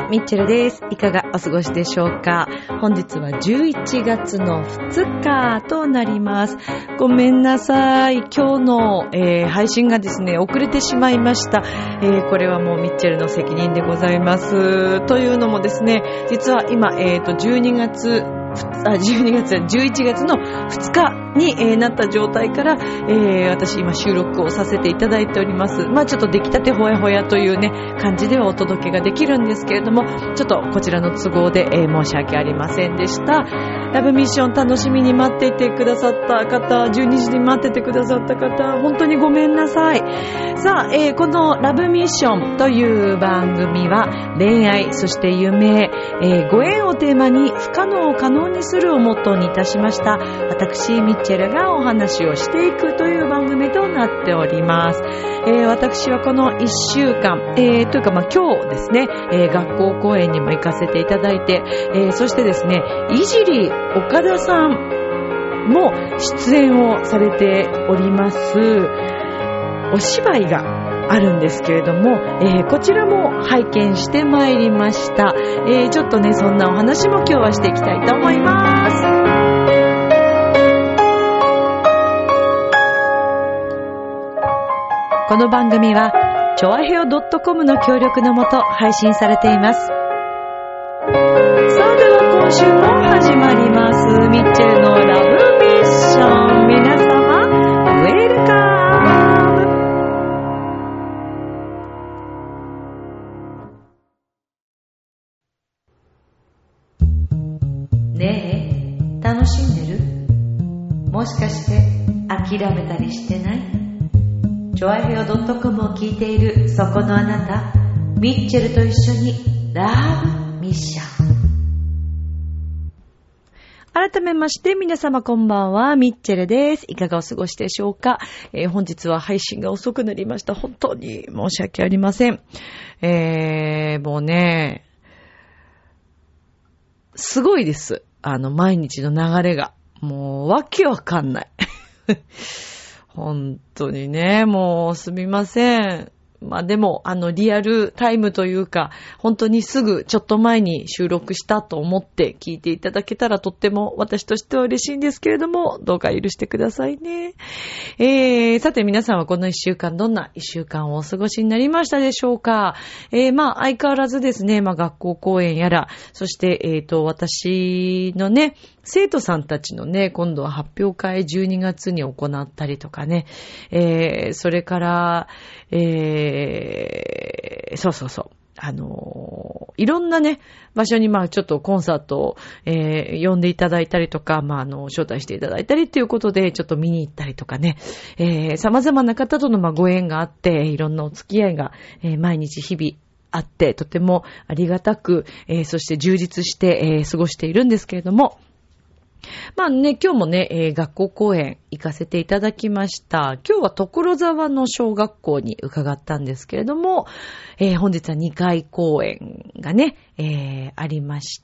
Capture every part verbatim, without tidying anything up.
ミッチェルです。いかがお過ごしでしょうか。本日はじゅういちがつのふつかとなります。ごめんなさい。今日の、えー、配信がですね、遅れてしまいました。えー、これはもうミッチェルの責任でございます。というのもですね、実は今、えーと、じゅうにがつ、あ、じゅうにがつ、じゅういちがつのふつかに、えー、なった状態から、えー、私今収録をさせていただいております。まあちょっと出来たてほやほやというね、感じではお届けができるんですけれども、ちょっとこちらの都合で、えー、申し訳ありませんでした。ラブミッション楽しみに待っていてくださった方、じゅうにじに待っててくださった方、本当にごめんなさい。さあ、えー、このラブミッションという番組は恋愛、そして夢、えー、ご縁をテーマに不可能を可能にするをモットーにいたしました。私ミッチェルがお話をしていくという番組となっております。えー、私はこのいっしゅうかん、えー、というかまあ今日ですね、えー、学校公演にも行かせていただいて、えー、そしてですね、いじり岡田さんも出演をされておりますお芝居があるんですけれども、えー、こちらも拝見してまいりました。えー、ちょっとね、そんなお話も今日はしていきたいと思います。この番組はチョアヘオ .com の協力のもと配信されています。さあ、では今週も始まります。ミッチェルのラブミッション。皆様、ウェルカム。ねえ、楽しんでる？もしかして諦めたりしてない？チョアヘオ .com を聞いているそこのあなた、ミッチェルと一緒にラブミッション。改めまして皆様こんばんは、ミッチェルです。いかがお過ごしでしょうか。えー、本日は配信が遅くなりました。本当に申し訳ありません。えー、もうね、すごいです。あの毎日の流れがもうわけわかんない。本当にね、もうすみません。まあでも、あの、リアルタイムというか、本当にすぐちょっと前に収録したと思って聞いていただけたらとっても私としては嬉しいんですけれども、どうか許してくださいね。えー、さて皆さんはこの一週間どんな一週間をお過ごしになりましたでしょうか。えー、まあ相変わらずですね、まあ学校公演やら、そしてえっと、私のね、生徒さんたちのね、今度は発表会じゅうにがつに行ったりとかね、えー、それから、えー、そうそうそう。あのー、いろんなね、場所にまあちょっとコンサートを、えー、呼んでいただいたりとか、まああの、招待していただいたりということで、ちょっと見に行ったりとかね、えー、様々な方とのまあご縁があって、いろんなお付き合いが、えー、毎日日々あって、とてもありがたく、えー、そして充実して、えー、過ごしているんですけれども、まあね、今日もね、えー、学校公演行かせていただきました。今日は所沢の小学校に伺ったんですけれども、えー、本日はにかい公演がね、えー、ありまして、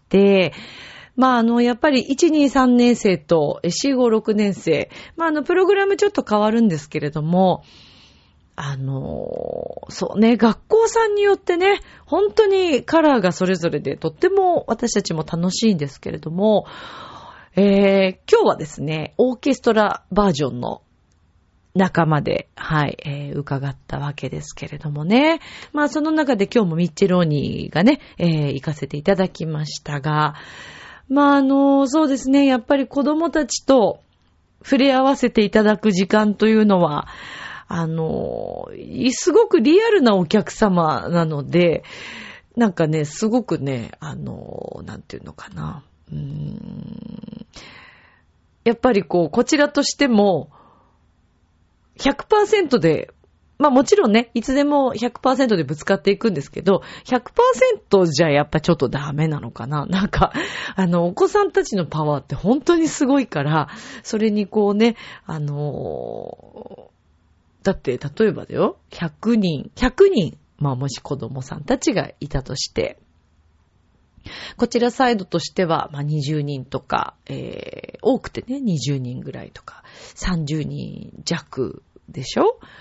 まああの、やっぱりいち、に、さんねん生とよん、ご、ろくねん生、まああの、プログラムちょっと変わるんですけれども、あのー、そうね、学校さんによってね、本当にカラーがそれぞれでとっても私たちも楽しいんですけれども、えー、今日はですね、オーケストラバージョンの仲間で、はい、えー、伺ったわけですけれどもね。まあその中で今日もミッチェローニーがね、えー、行かせていただきましたが、まああの、そうですね、やっぱり子供たちと触れ合わせていただく時間というのは、あの、すごくリアルなお客様なので、なんかね、すごくね、あの、なんていうのかな。うーん、やっぱりこう、こちらとしても ひゃくパーセント で、まあもちろんね、いつでも ひゃくパーセント でぶつかっていくんですけど、ひゃくパーセント じゃやっぱちょっとダメなのかな。なんか、あの、お子さんたちのパワーって本当にすごいから、それにこうね、あのー、だって例えばだよ、ひゃくにん、ひゃくにん、まあもし子供さんたちがいたとして、こちらサイドとしては、まあ、にじゅうにんとか、えー、多くてね、にじゅうにんぐらいとか、さんじゅうにん弱でしょ？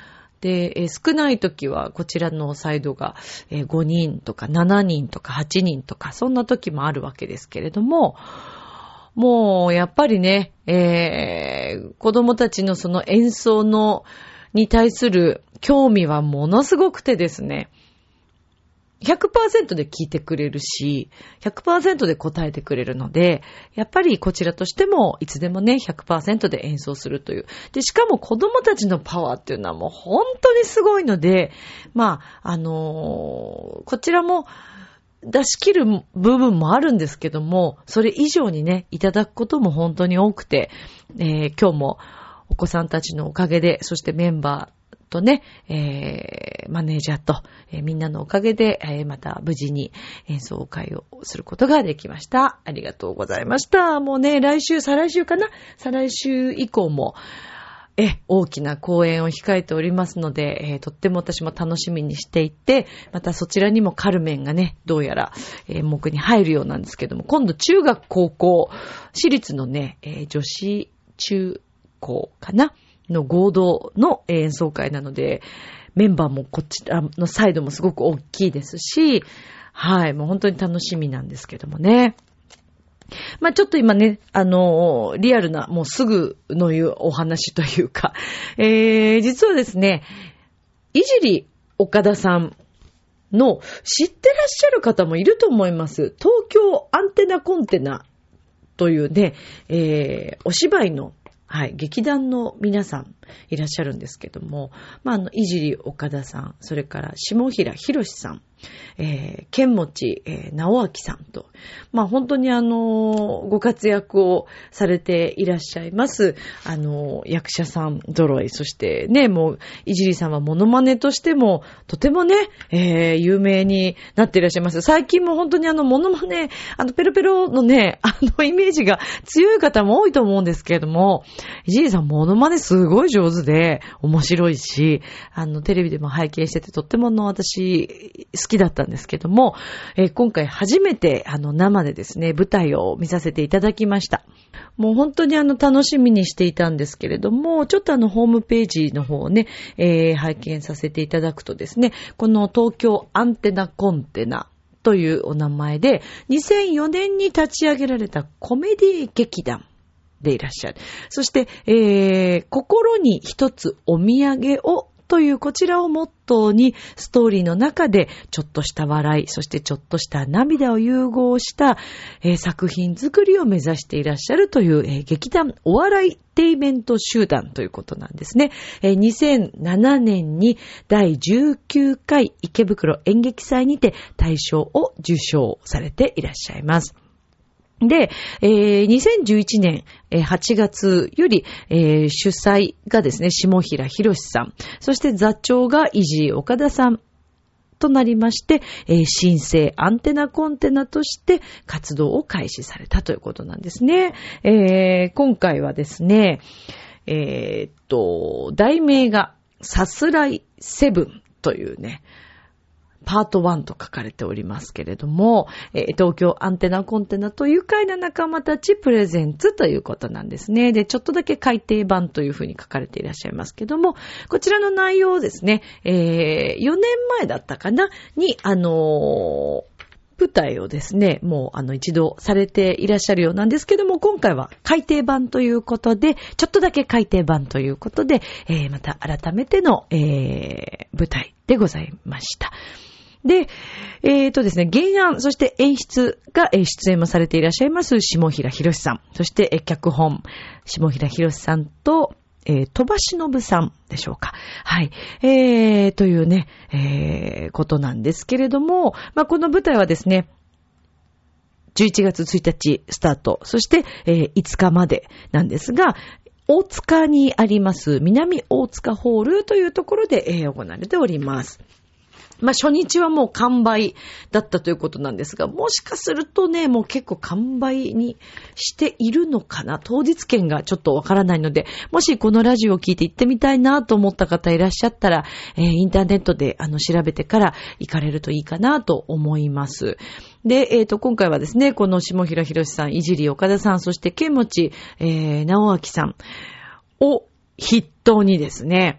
で、えー、少ない時はこちらのサイドが、えー、ごにんとかななにんとかはちにんとかそんな時もあるわけですけれども、もうやっぱりね、えー、子供たちのその演奏のに対する興味はものすごくてですね、ひゃくパーセント で聞いてくれるし、ひゃくパーセント で答えてくれるので、やっぱりこちらとしてもいつでもね、ひゃくパーセント で演奏するという。で、しかも子供たちのパワーっていうのはもう本当にすごいので、まあ、あのー、こちらも出し切る部分もあるんですけども、それ以上にね、いただくことも本当に多くて、えー、今日もお子さんたちのおかげで、そしてメンバー、とね、えー、マネージャーと、えー、みんなのおかげで、えー、また無事に演奏会をすることができました。ありがとうございました。もうね、来週、再来週かな？再来週以降も、え、大きな公演を控えておりますので、えー、とっても私も楽しみにしていて、またそちらにもカルメンがね、どうやら、えー、目に入るようなんですけども、今度中学高校、私立のね、えー、女子中高かなの合同の演奏会なので、メンバーもこっちのサイドもすごく大きいですし、はい、もう本当に楽しみなんですけどもね。まあちょっと今ね、あのー、リアルな、もうすぐのいうお話というか、えー、実はですね、いじり岡田さんの知ってらっしゃる方もいると思います。東京アンテナコンテナというね、えー、お芝居のはい、劇団の皆さんいらっしゃるんですけども、まあ、あの、いじり岡田さん、それから下平博さん、えー、剣持、えー、直明さんと、まあ、本当にあのー、ご活躍をされていらっしゃいます、あのー、役者さん揃い、そしてね、もう、いじりさんはモノマネとしても、とてもね、えー、有名になっていらっしゃいます。最近も本当にあの、モノマネ、あの、ペロペロのね、あの、イメージが強い方も多いと思うんですけれども、いじりさんモノマネすごい上手で面白いし、あのテレビでも拝見しててとってもの私好きだったんですけども、えー、今回初めてあの生でですね舞台を見させていただきました。もう本当にあの楽しみにしていたんですけれども、ちょっとあのホームページの方をね、えー、拝見させていただくとですね、この東京アンテナコンテナというお名前でにせんよねんに立ち上げられたコメディ劇団でいらっしゃる。そして、えー、心に一つお土産をというこちらをモットーにストーリーの中でちょっとした笑い、そしてちょっとした涙を融合した、えー、作品作りを目指していらっしゃるという、えー、劇団お笑いテイメント集団ということなんですね。えー、にせんななねんにだいじゅうきゅうかい池袋演劇祭にて大賞を受賞されていらっしゃいます。で、えー、にせんじゅういちねんはちがつより、えー、主催がですね、下平博さん、そして座長がいじり岡田さんとなりまして、えー、新生アンテナコンテナとして活動を開始されたということなんですね。えー、今回はですね、えー、っと、題名がさすらいセブンというね、パートワンと書かれておりますけれども、えー、東京アンテナコンテナと愉快な仲間たちプレゼンツということなんですね。で、ちょっとだけ改訂版というふうに書かれていらっしゃいますけども、こちらの内容をですね、えー、よねんまえだったかなに、あのー、舞台をですね、もうあの一度されていらっしゃるようなんですけども、今回は改訂版ということで、ちょっとだけ改訂版ということで、えー、また改めての、えー、舞台でございました。で、えーとですね、原案、そして演出が出演もされていらっしゃいます、下平博さん。そして、脚本、下平博さんと、えー、鳥羽忍さんでしょうか。はい。えー、というね、えー、ことなんですけれども、まあ、この舞台はですね、じゅういちがつついたちスタート、そして、えー、いつかまでなんですが、大塚にあります、南大塚ホールというところで、えー、行われております。まあ、初日はもう完売だったということなんですが、もしかするとね、もう結構完売にしているのかな。当日券がちょっとわからないので、もしこのラジオを聞いて行ってみたいなと思った方いらっしゃったら、えー、インターネットであの調べてから行かれるといいかなと思います。で、えっと、今回はですね、この下平博さん、いじり岡田さん、そして剣持、えー、直明さんを筆頭にですね、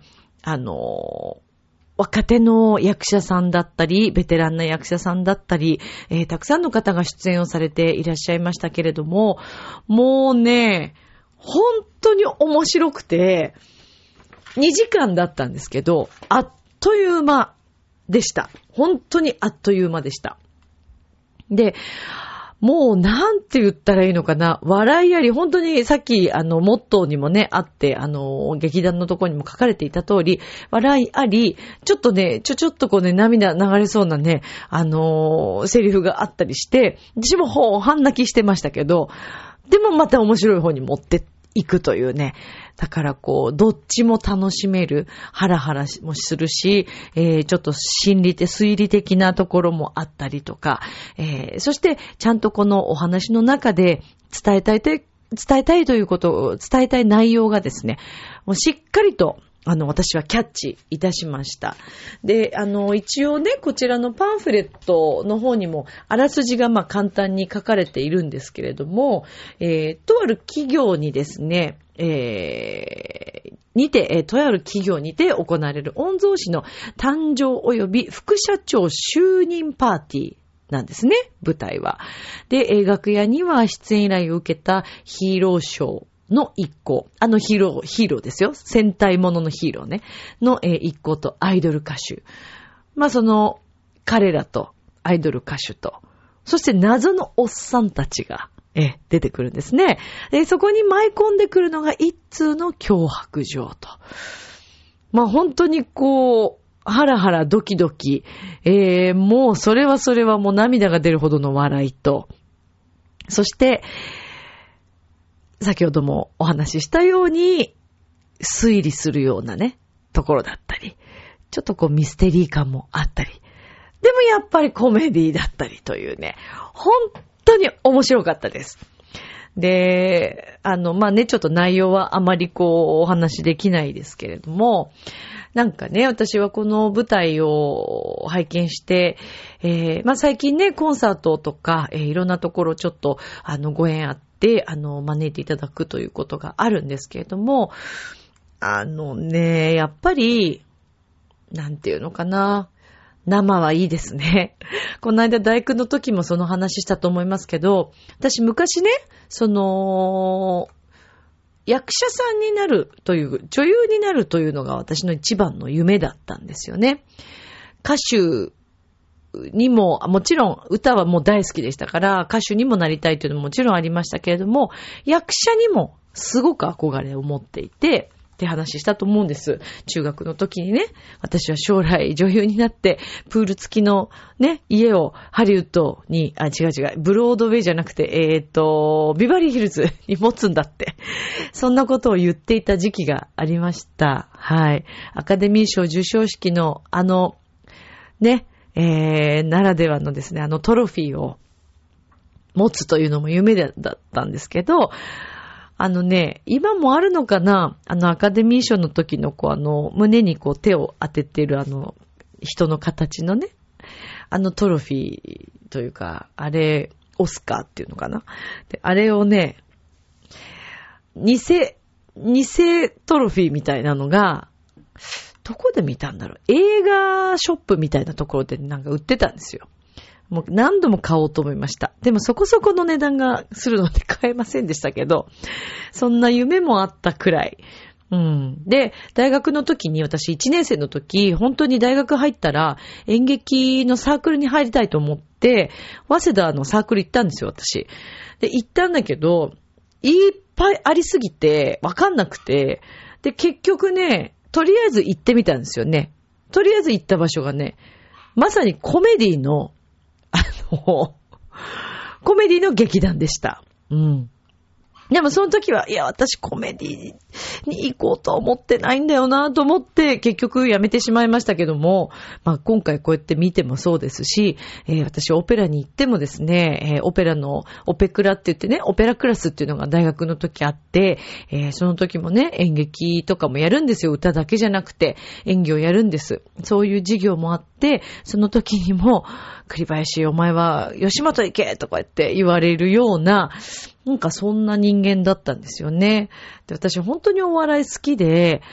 あの、若手の役者さんだったり、ベテランな役者さんだったり、えー、たくさんの方が出演をされていらっしゃいましたけれども、もうね、本当に面白くて、にじかんだったんですけど、あっという間でした。本当にあっという間でした。で、もうなんて言ったらいいのかな。笑いあり、本当にさっきあのモットーにもね、あって、あの、劇団のところにも書かれていた通り、笑いあり、ちょっとね、ちょちょっとこうね、涙流れそうなね、あのー、セリフがあったりして、私もほう、半泣きしてましたけど、でもまた面白い方に持っていくというね。だからこう、どっちも楽しめる、ハラハラもするし、えー、ちょっと心理的、推理的なところもあったりとか、えー、そしてちゃんとこのお話の中で伝えたいと、伝えたいということを、伝えたい内容がですね、もうしっかりと、あの、私はキャッチいたしました。で、あの、一応ね、こちらのパンフレットの方にも、あらすじがまあ簡単に書かれているんですけれども、えー、とある企業にですね、えー、にて、えー、とある企業にて行われる御曹司の誕生及び副社長就任パーティーなんですね、舞台は。で、えー、楽屋には出演依頼を受けたヒーローショーの一行。あのヒーロー、ヒーローですよ。戦隊もののヒーローね。の、えー、一行とアイドル歌手。まあ、その、彼らとアイドル歌手と、そして謎のおっさんたちが、え、出てくるんですね。で、そこに舞い込んでくるのが一通の脅迫状と。まあ、本当にこう、ハラハラドキドキ、えー、もうそれはそれはもう涙が出るほどの笑いと、そして、先ほどもお話ししたように、推理するようなね、ところだったり、ちょっとこうミステリー感もあったり、でもやっぱりコメディだったりというね、本当に面白かったです。で、あの、まあ、ね、ちょっと内容はあまりこうお話できないですけれども、なんかね、私はこの舞台を拝見して、えー、まあ、最近ね、コンサートとか、えー、いろんなところちょっと、あの、ご縁あって、あの、招いていただくということがあるんですけれども、あのね、やっぱり、なんていうのかな、生はいいですね。この間大工の時もその話したと思いますけど、私昔ね、その、役者さんになるという、女優になるというのが私の一番の夢だったんですよね。歌手にも、もちろん歌はもう大好きでしたから、歌手にもなりたいというのももちろんありましたけれども、役者にもすごく憧れを持っていて、って話したと思うんです。中学の時にね、私は将来女優になって、プール付きのね、家をハリウッドに、あ、違う違う、ブロードウェイじゃなくて、えっと、ビバリーヒルズに持つんだって。そんなことを言っていた時期がありました。はい。アカデミー賞授賞式のあの、ね、えー、ならではのですね、あのトロフィーを持つというのも夢だったんですけど、あのね、今もあるのかな、あのアカデミー賞の時のこうあの胸にこう手を当ててるあの人の形のね、あのトロフィーというか、あれ、オスカーっていうのかな。で、あれをね、偽、偽トロフィーみたいなのが、どこで見たんだろう。映画ショップみたいなところでなんか売ってたんですよ。もう何度も買おうと思いました。でもそこそこの値段がするので買えませんでしたけど、そんな夢もあったくらい。うん。で、大学の時に私いちねん生の時、本当に大学入ったら演劇のサークルに入りたいと思って、早稲田のサークル行ったんですよ、私。で、行ったんだけど、いっぱいありすぎてわかんなくて、で、結局ね、とりあえず行ってみたんですよね。とりあえず行った場所がね、まさにコメディのあの、コメディの劇団でした。うん。でもその時は、いや、私コメディに行こうと思ってないんだよなと思って、結局やめてしまいましたけども、まあ今回こうやって見てもそうですし、えー、私オペラに行ってもですね、えー、オペラのオペクラって言ってね、オペラクラスっていうのが大学の時あって、えー、その時もね、演劇とかもやるんですよ。歌だけじゃなくて演技をやるんです。そういう授業もあって、その時にも、栗林お前は吉本行けとか言って言われるような、なんかそんな人間だったんですよね。で、私本当にお笑い好きで、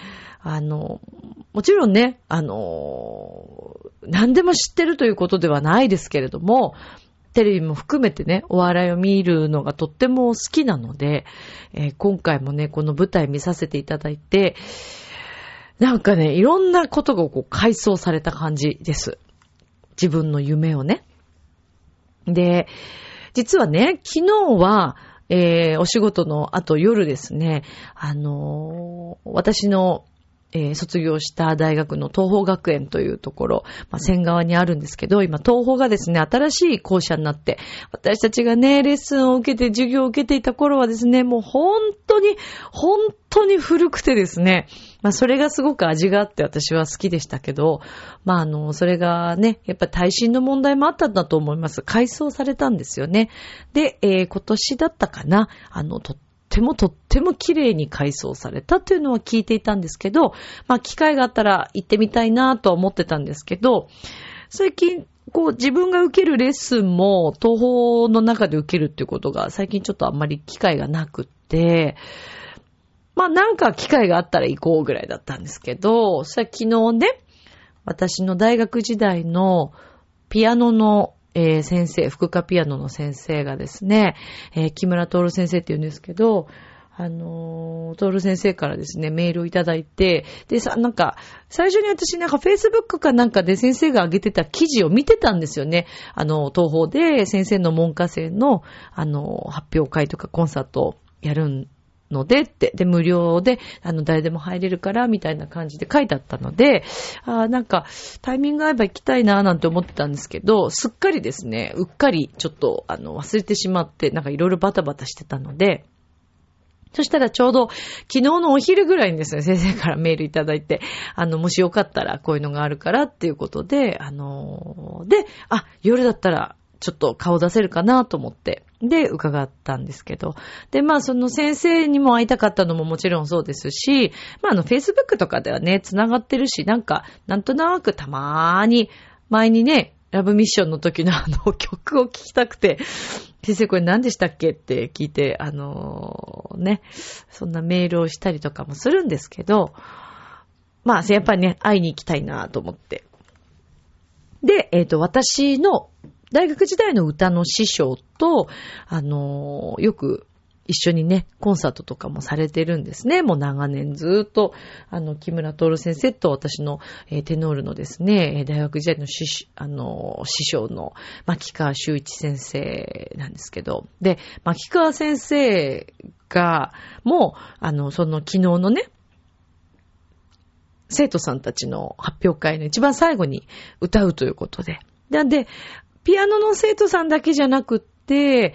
あの、もちろんね、あの、何でも知ってるということではないですけれども、テレビも含めてね、お笑いを見るのがとっても好きなので、えー、今回もね、この舞台見させていただいて、なんかね、いろんなことがこう回想された感じです。自分の夢をね。で、実はね、昨日は、えー、お仕事の後夜ですね、あのー、私の、えー、卒業した大学の東邦学園というところ、まあ、仙川にあるんですけど、今東邦がですね、新しい校舎になって、私たちがね、レッスンを受けて、授業を受けていた頃はですね、もう本当に、本当に古くてですね、まあ、それがすごく味があって私は好きでしたけど、まあ、あの、それがね、やっぱり耐震の問題もあったんだと思います。改装されたんですよね。で、えー、今年だったかな、あの、ととってもとっても綺麗に改装されたというのは聞いていたんですけど、まあ機会があったら行ってみたいなとは思ってたんですけど、最近こう自分が受けるレッスンも東邦の中で受けるっていうことが最近ちょっとあんまり機会がなくって、まあなんか機会があったら行こうぐらいだったんですけど、それは昨日ね、私の大学時代のピアノのえー、先生、副科ピアノの先生がですね、えー、木村徹先生って言うんですけど、あのー、徹先生からですね、メールをいただいて、でさ、なんか、最初に私なんか Facebook かなんかで先生が上げてた記事を見てたんですよね。あの、東邦で先生の門下生の、あの、発表会とかコンサートをやるんのでって、で、無料で、あの、誰でも入れるから、みたいな感じで書いてあったので、あなんか、タイミング合えば行きたいな、なんて思ってたんですけど、すっかりですね、うっかり、ちょっと、あの、忘れてしまって、なんかいろいろバタバタしてたので、そしたらちょうど、昨日のお昼ぐらいにですね、先生からメールいただいて、あの、もしよかったら、こういうのがあるからっていうことで、あの、で、あ、夜だったら、ちょっと顔出せるかなと思って、で、伺ったんですけど。で、まあ、その先生にも会いたかったのももちろんそうですし、まあ、あの、Facebook とかではね、繋がってるし、なんか、なんとなくたまーに、前にね、ラブミッションの時のあの曲を聴きたくて、先生これ何でしたっけって聞いて、あのー、ね、そんなメールをしたりとかもするんですけど、まあ、やっぱりね、会いに行きたいなと思って。で、えっと、私の、大学時代の歌の師匠と、あのー、よく一緒にね、コンサートとかもされてるんですね。もう長年ずっと、あの、木村徹先生と私の、えー、テノールのですね、大学時代の師、あのー、師匠の牧川修一先生なんですけど、で、牧川先生が、もう、あの、その昨日のね、生徒さんたちの発表会の一番最後に歌うということで、なんで、ピアノの生徒さんだけじゃなくって、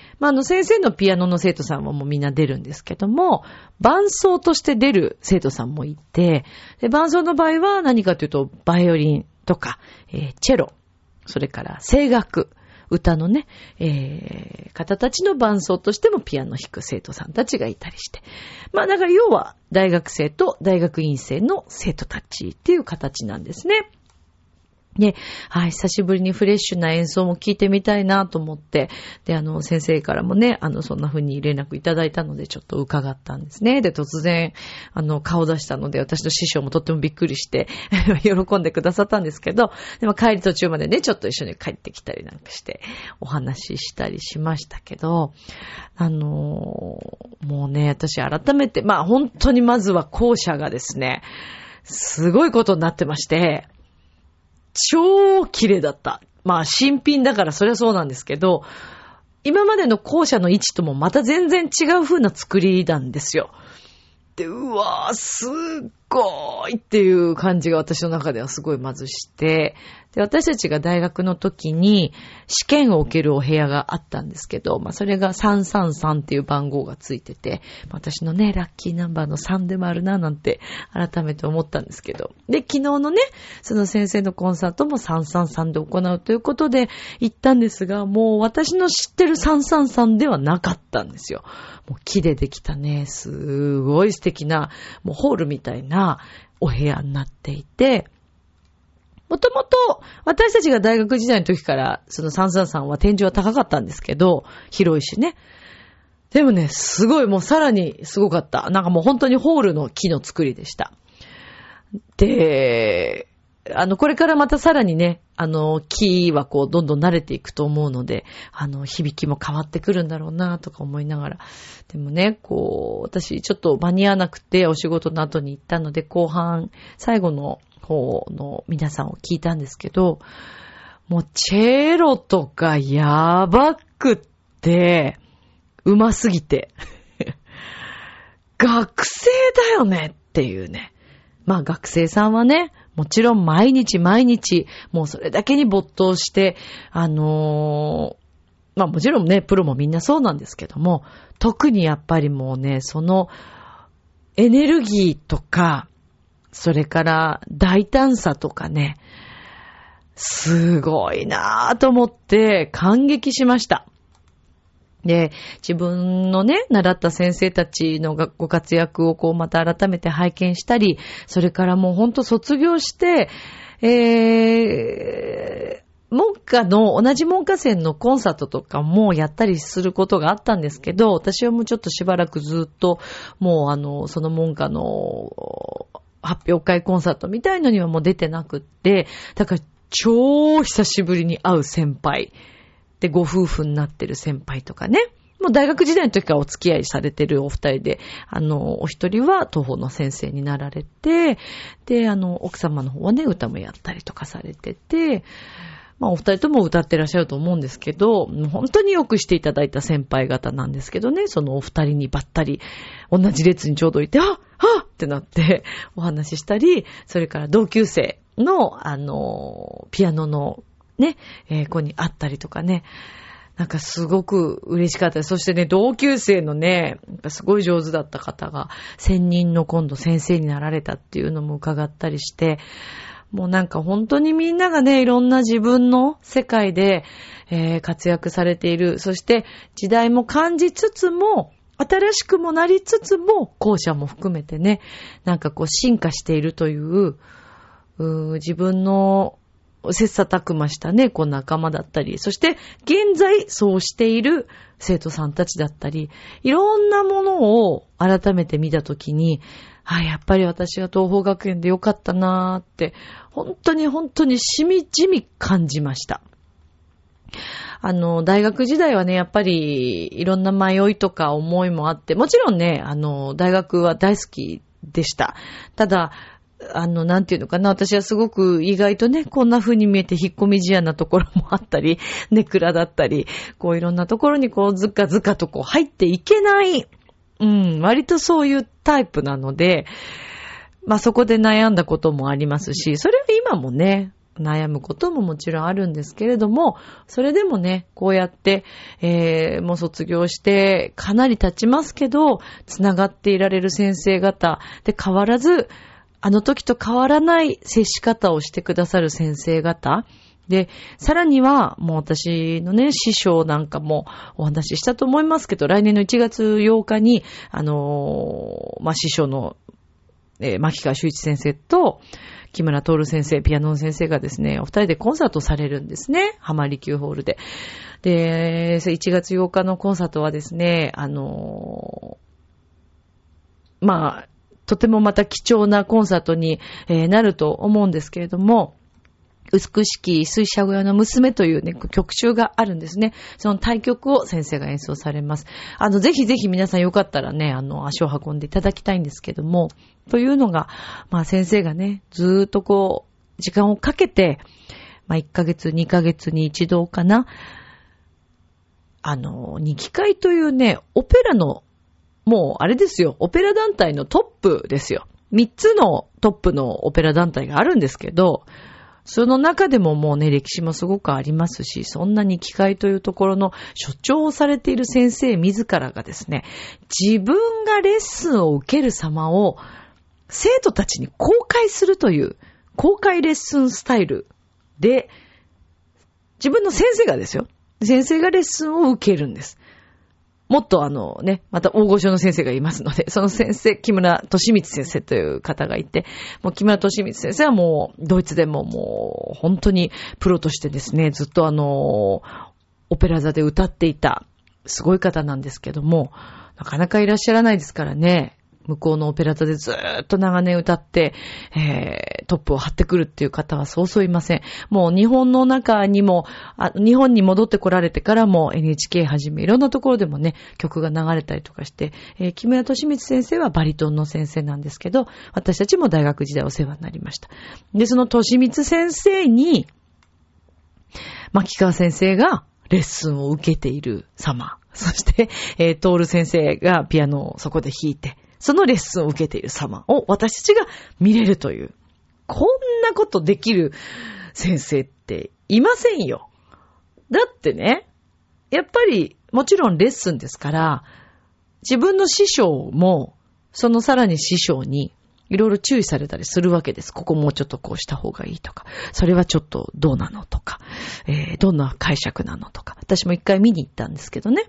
まあ、あの先生のピアノの生徒さんはもうみんな出るんですけども、伴奏として出る生徒さんもいて、で伴奏の場合は何かというと、バイオリンとか、えー、チェロ、それから声楽、歌のね、えー、方たちの伴奏としてもピアノ弾く生徒さんたちがいたりして。まあだから要は大学生と大学院生の生徒たちっていう形なんですね。で、はい、久しぶりにフレッシュな演奏も聞いてみたいなと思って、で、あの、先生からもね、あの、そんな風に連絡いただいたので、ちょっと伺ったんですね。で、突然、あの、顔出したので、私の師匠もとってもびっくりして、喜んでくださったんですけど、でも帰り途中までね、ちょっと一緒に帰ってきたりなんかして、お話ししたりしましたけど、あのー、もうね、私改めて、まあ、本当にまずは校舎がですね、すごいことになってまして、超綺麗だった。まあ新品だからそりゃそうなんですけど、今までの校舎の位置ともまた全然違う風な作りなんですよ。で、うわー、すっごいっていう感じが私の中ではすごいまずして、で、私たちが大学の時に試験を受けるお部屋があったんですけど、まあそれがさんさんさんっていう番号がついてて、私のね、ラッキーナンバーのさんでもあるななんて改めて思ったんですけど、で、昨日のね、その先生のコンサートもさんさんさんで行うということで行ったんですが、もう私の知ってるさんさんさんではなかったんですよ。もう木でできたね、すごい素敵な、もうホールみたいなお部屋になっていて、もともと私たちが大学時代の時からそのさんさんさんは天井は高かったんですけど、広いしね。でもね、すごいもうさらにすごかった。なんかもう本当にホールの木の作りでした。 で、あの、これからまたさらにね、あの、キーはこう、どんどん慣れていくと思うので、あの、響きも変わってくるんだろうな、とか思いながら。でもね、こう、私、ちょっと間に合わなくて、お仕事の後に行ったので、後半、最後の方の皆さんを聞いたんですけど、もう、チェロとかやばくって、うますぎて。学生だよねっていうね。まあ学生さんはね、もちろん毎日毎日、もうそれだけに没頭して、あのー、まあもちろんね、プロもみんなそうなんですけども、特にやっぱりもうね、そのエネルギーとか、それから大胆さとかね、すごいなぁと思って感激しました。で、自分のね、習った先生たちのご活躍をこうまた改めて拝見したり、それからもうほんと卒業して、えー、文科の、同じ文科生のコンサートとかもやったりすることがあったんですけど、私はもうちょっとしばらくずっと、もうあの、その文科の発表会コンサートみたいのにはもう出てなくって、だから超久しぶりに会う先輩。で、ご夫婦になってる先輩とかね。もう大学時代の時からお付き合いされてるお二人で、あの、お一人は東宝の先生になられて、で、あの、奥様の方はね、歌もやったりとかされてて、まあ、お二人とも歌ってらっしゃると思うんですけど、本当によくしていただいた先輩方なんですけどね、そのお二人にばったり、同じ列にちょうどいて、あっはっってなってお話ししたり、それから同級生の、あの、ピアノのね、えー、子に会ったりとかね、なんかすごく嬉しかったです。そしてね、同級生のね、すごい上手だった方が、専任の今度先生になられたっていうのも伺ったりして、もうなんか本当にみんながね、いろんな自分の世界で、えー、活躍されている。そして時代も感じつつも、新しくもなりつつも、後者も含めてね、なんかこう進化しているという、うー自分の切磋琢磨したね、こう仲間だったり、そして現在そうしている生徒さんたちだったり、いろんなものを改めて見たときに、あ、やっぱり私は東邦学園でよかったなーって、本当に本当にしみじみ感じました。あの、大学時代はね、やっぱりいろんな迷いとか思いもあって、もちろんね、あの、大学は大好きでした。ただ、あの、なんていうのかな、私はすごく意外とね、こんな風に見えて引っ込み思案なところもあったり、ネクラだったり、こういろんなところにこうずかずかとこう入っていけない、うん、割とそういうタイプなので、まあそこで悩んだこともありますし、それは今もね、悩むことももちろんあるんですけれども、それでもね、こうやって、えー、もう卒業してかなり経ちますけど、つながっていられる先生方で変わらず、あの時と変わらない接し方をしてくださる先生方で、さらにはもう私のね、師匠なんかもお話ししたと思いますけど、来年のいちがつようかに、あのー、まあ、師匠の、えー、牧川修一先生と、木村徹先生、ピアノの先生がですね、お二人でコンサートされるんですね。浜離宮ホールで。で、いちがつようかのコンサートはですね、あのー、まあ、とてもまた貴重なコンサートに、えー、なると思うんですけれども、美しき水車小屋の娘というね、曲集があるんですね。その大曲を先生が演奏されます。あの、ぜひぜひ皆さんよかったらね、あの、足を運んでいただきたいんですけども、というのが、まあ先生がね、ずーっとこう、時間をかけて、まあいっかげつ、にかげつに一度かな、あの、二期会というね、オペラの、もうあれですよ、オペラ団体のトップですよ。三つのトップのオペラ団体があるんですけど、その中でももうね、歴史もすごくありますし、そんなに機会というところの所長をされている先生自らがですね、自分がレッスンを受ける様を生徒たちに公開するという公開レッスンスタイルで、自分の先生がですよ、先生がレッスンを受けるんです。もっとあのね、また大御所の先生がいますので、その先生、木村俊光先生という方がいて、もう木村俊光先生はもうドイツでももう本当にプロとしてですね、ずっとあの、オペラ座で歌っていたすごい方なんですけども、なかなかいらっしゃらないですからね、 向こうのオペラ座でずーっと長年歌って、えー、トップを張ってくるっていう方はそうそういません。もう日本の中にも、あ、日本に戻ってこられてからも エヌエイチケー はじめいろんなところでもね、曲が流れたりとかして、えー、木村敏光先生はバリトンの先生なんですけど、私たちも大学時代お世話になりました。で、その敏光先生に、牧川先生がレッスンを受けている様。そして、えー、トール先生がピアノをそこで弾いて、そのレッスンを受けている様を私たちが見れるという。こんなことできる先生っていませんよ。だってね、やっぱりもちろんレッスンですから、自分の師匠も、そのさらに師匠にいろいろ注意されたりするわけです。ここもうちょっとこうした方がいいとか、それはちょっとどうなのとか、えー、どんな解釈なのとか、私も一回見に行ったんですけどね。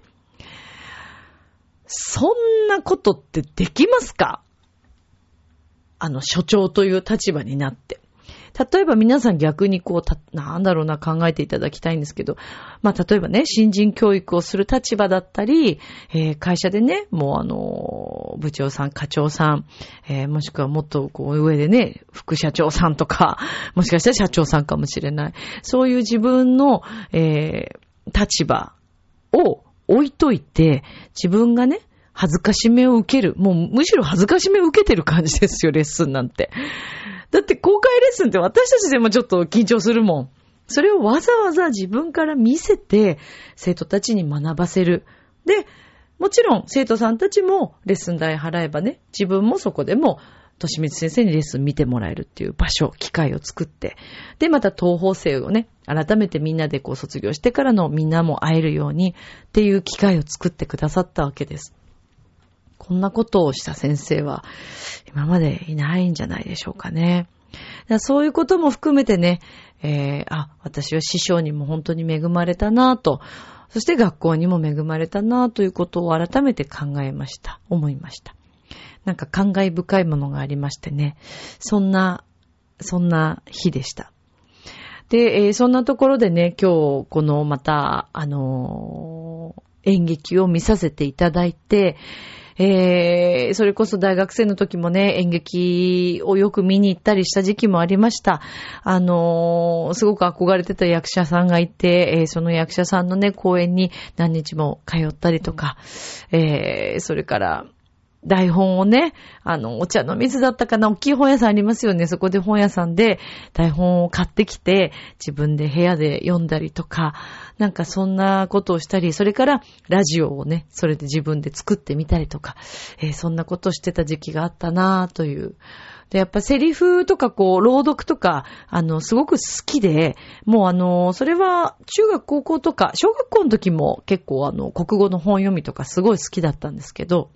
そんなことってできますか？あの、所長という立場になって。例えば皆さん逆にこう、た、なんだろうな考えていただきたいんですけど、まあ例えばね、新人教育をする立場だったり、えー、会社でね、もうあの、部長さん、課長さん、えー、もしくはもっとこう上でね、副社長さんとか、もしかしたら社長さんかもしれない。そういう自分の、えー、立場を置いといて、自分がね、恥ずかしめを受ける。もうむしろ恥ずかしめを受けてる感じですよ、レッスンなんて。だって公開レッスンって私たちでもちょっと緊張するもん。それをわざわざ自分から見せて生徒たちに学ばせる。で、もちろん生徒さんたちもレッスン代払えばね、自分もそこでも敏光先生にレッスン見てもらえるっていう場所、機会を作って、で、また東方生をね、改めてみんなでこう卒業してからのみんなも会えるようにっていう機会を作ってくださったわけです。こんなことをした先生は今までいないんじゃないでしょうかね。そういうことも含めてね、えー、あ、私は師匠にも本当に恵まれたなぁと、そして学校にも恵まれたなぁということを改めて考えました。思いました。なんか感慨深いものがありましてね。そんな、そんな日でした。で、えー、そんなところでね、今日このまた、あのー、演劇を見させていただいて、えー、それこそ大学生の時もね、演劇をよく見に行ったりした時期もありました。あのー、すごく憧れてた役者さんがいて、えー、その役者さんのね、公演に何日も通ったりとか、えー、それから、台本をね、あの、お茶の水だったかな、大きい本屋さんありますよね。そこで本屋さんで台本を買ってきて、自分で部屋で読んだりとか、なんかそんなことをしたり、それからラジオをね、それで自分で作ってみたりとか、えー、そんなことをしてた時期があったなぁという。で、やっぱセリフとかこう、朗読とか、あの、すごく好きで、もうあの、それは中学高校とか、小学校の時も結構あの、国語の本読みとかすごい好きだったんですけど、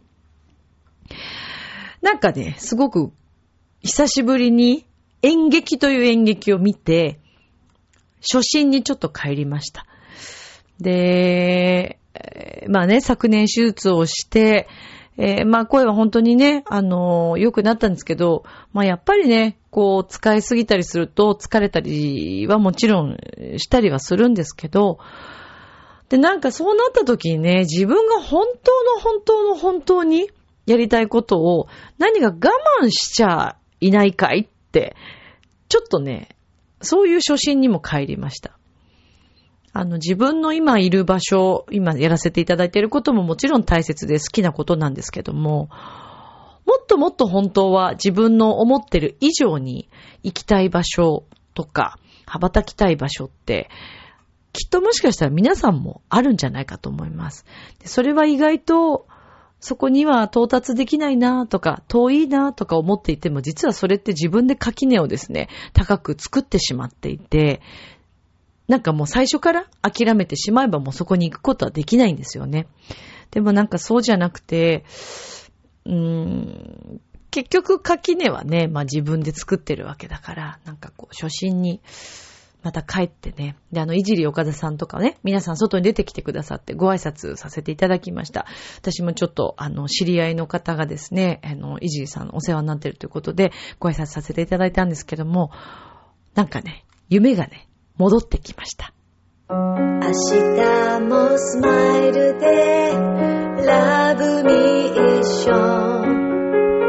なんかね、すごく久しぶりに演劇という演劇を見て、初心にちょっと帰りました。で、まあね、昨年手術をして、えー、まあ声は本当にね、あのー、良くなったんですけど、まあやっぱりね、こう使いすぎたりすると疲れたりはもちろんしたりはするんですけど、で、なんかそうなった時にね、自分が本当の本当の本当にやりたいことを何が我慢しちゃいないかいって、ちょっとね、そういう初心にも帰りました。あの、自分の今いる場所、今やらせていただいていることももちろん大切で好きなことなんですけども、もっともっと本当は自分の思ってる以上に行きたい場所とか、羽ばたきたい場所って、きっともしかしたら皆さんもあるんじゃないかと思います。で、それは意外と、そこには到達できないなとか、遠いなとか思っていても、実はそれって自分で垣根をですね、高く作ってしまっていて、なんかもう最初から諦めてしまえばもうそこに行くことはできないんですよね。でもなんかそうじゃなくて、うーん、結局垣根はね、まあ自分で作ってるわけだから、なんかこう初心に、また帰ってね。で、あの、いじり岡田さんとかね、皆さん外に出てきてくださってご挨拶させていただきました。私もちょっと、あの、知り合いの方がですね、あの、いじりさんお世話になっているということで、ご挨拶させていただいたんですけども、なんかね、夢がね、戻ってきました。明日もスマイルで、ラブミッション。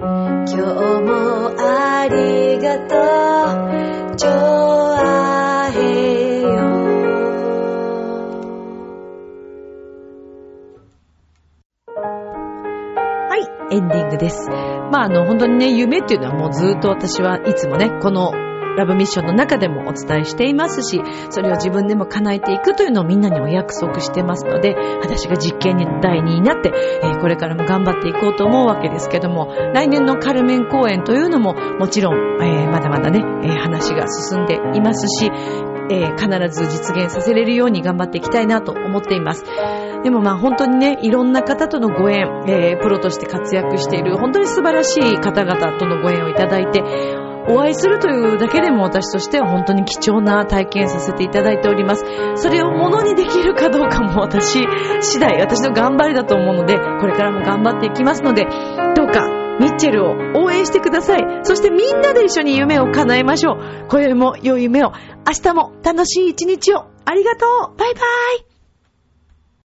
今日もありがとうちょあへよ。はい、エンディングです。まああの本当にね、夢っていうのはもうずっと私はいつもね、このラブミッションの中でもお伝えしていますし、それを自分でも叶えていくというのをみんなにお約束してますので、私が実験に第二になって、えー、これからも頑張っていこうと思うわけですけども、来年のカルメン公演というのももちろん、えー、まだまだね、えー、話が進んでいますし、えー、必ず実現させれるように頑張っていきたいなと思っています。でもまあ本当にね、いろんな方とのご縁、えー、プロとして活躍している本当に素晴らしい方々とのご縁をいただいて、お会いするというだけでも私としては本当に貴重な体験させていただいております。それをものにできるかどうかも私次第、私の頑張りだと思うので、これからも頑張っていきますので、どうかミッチェルを応援してください。そしてみんなで一緒に夢を叶えましょう。今宵も良い夢を、明日も楽しい一日を。ありがとう。バイバイ。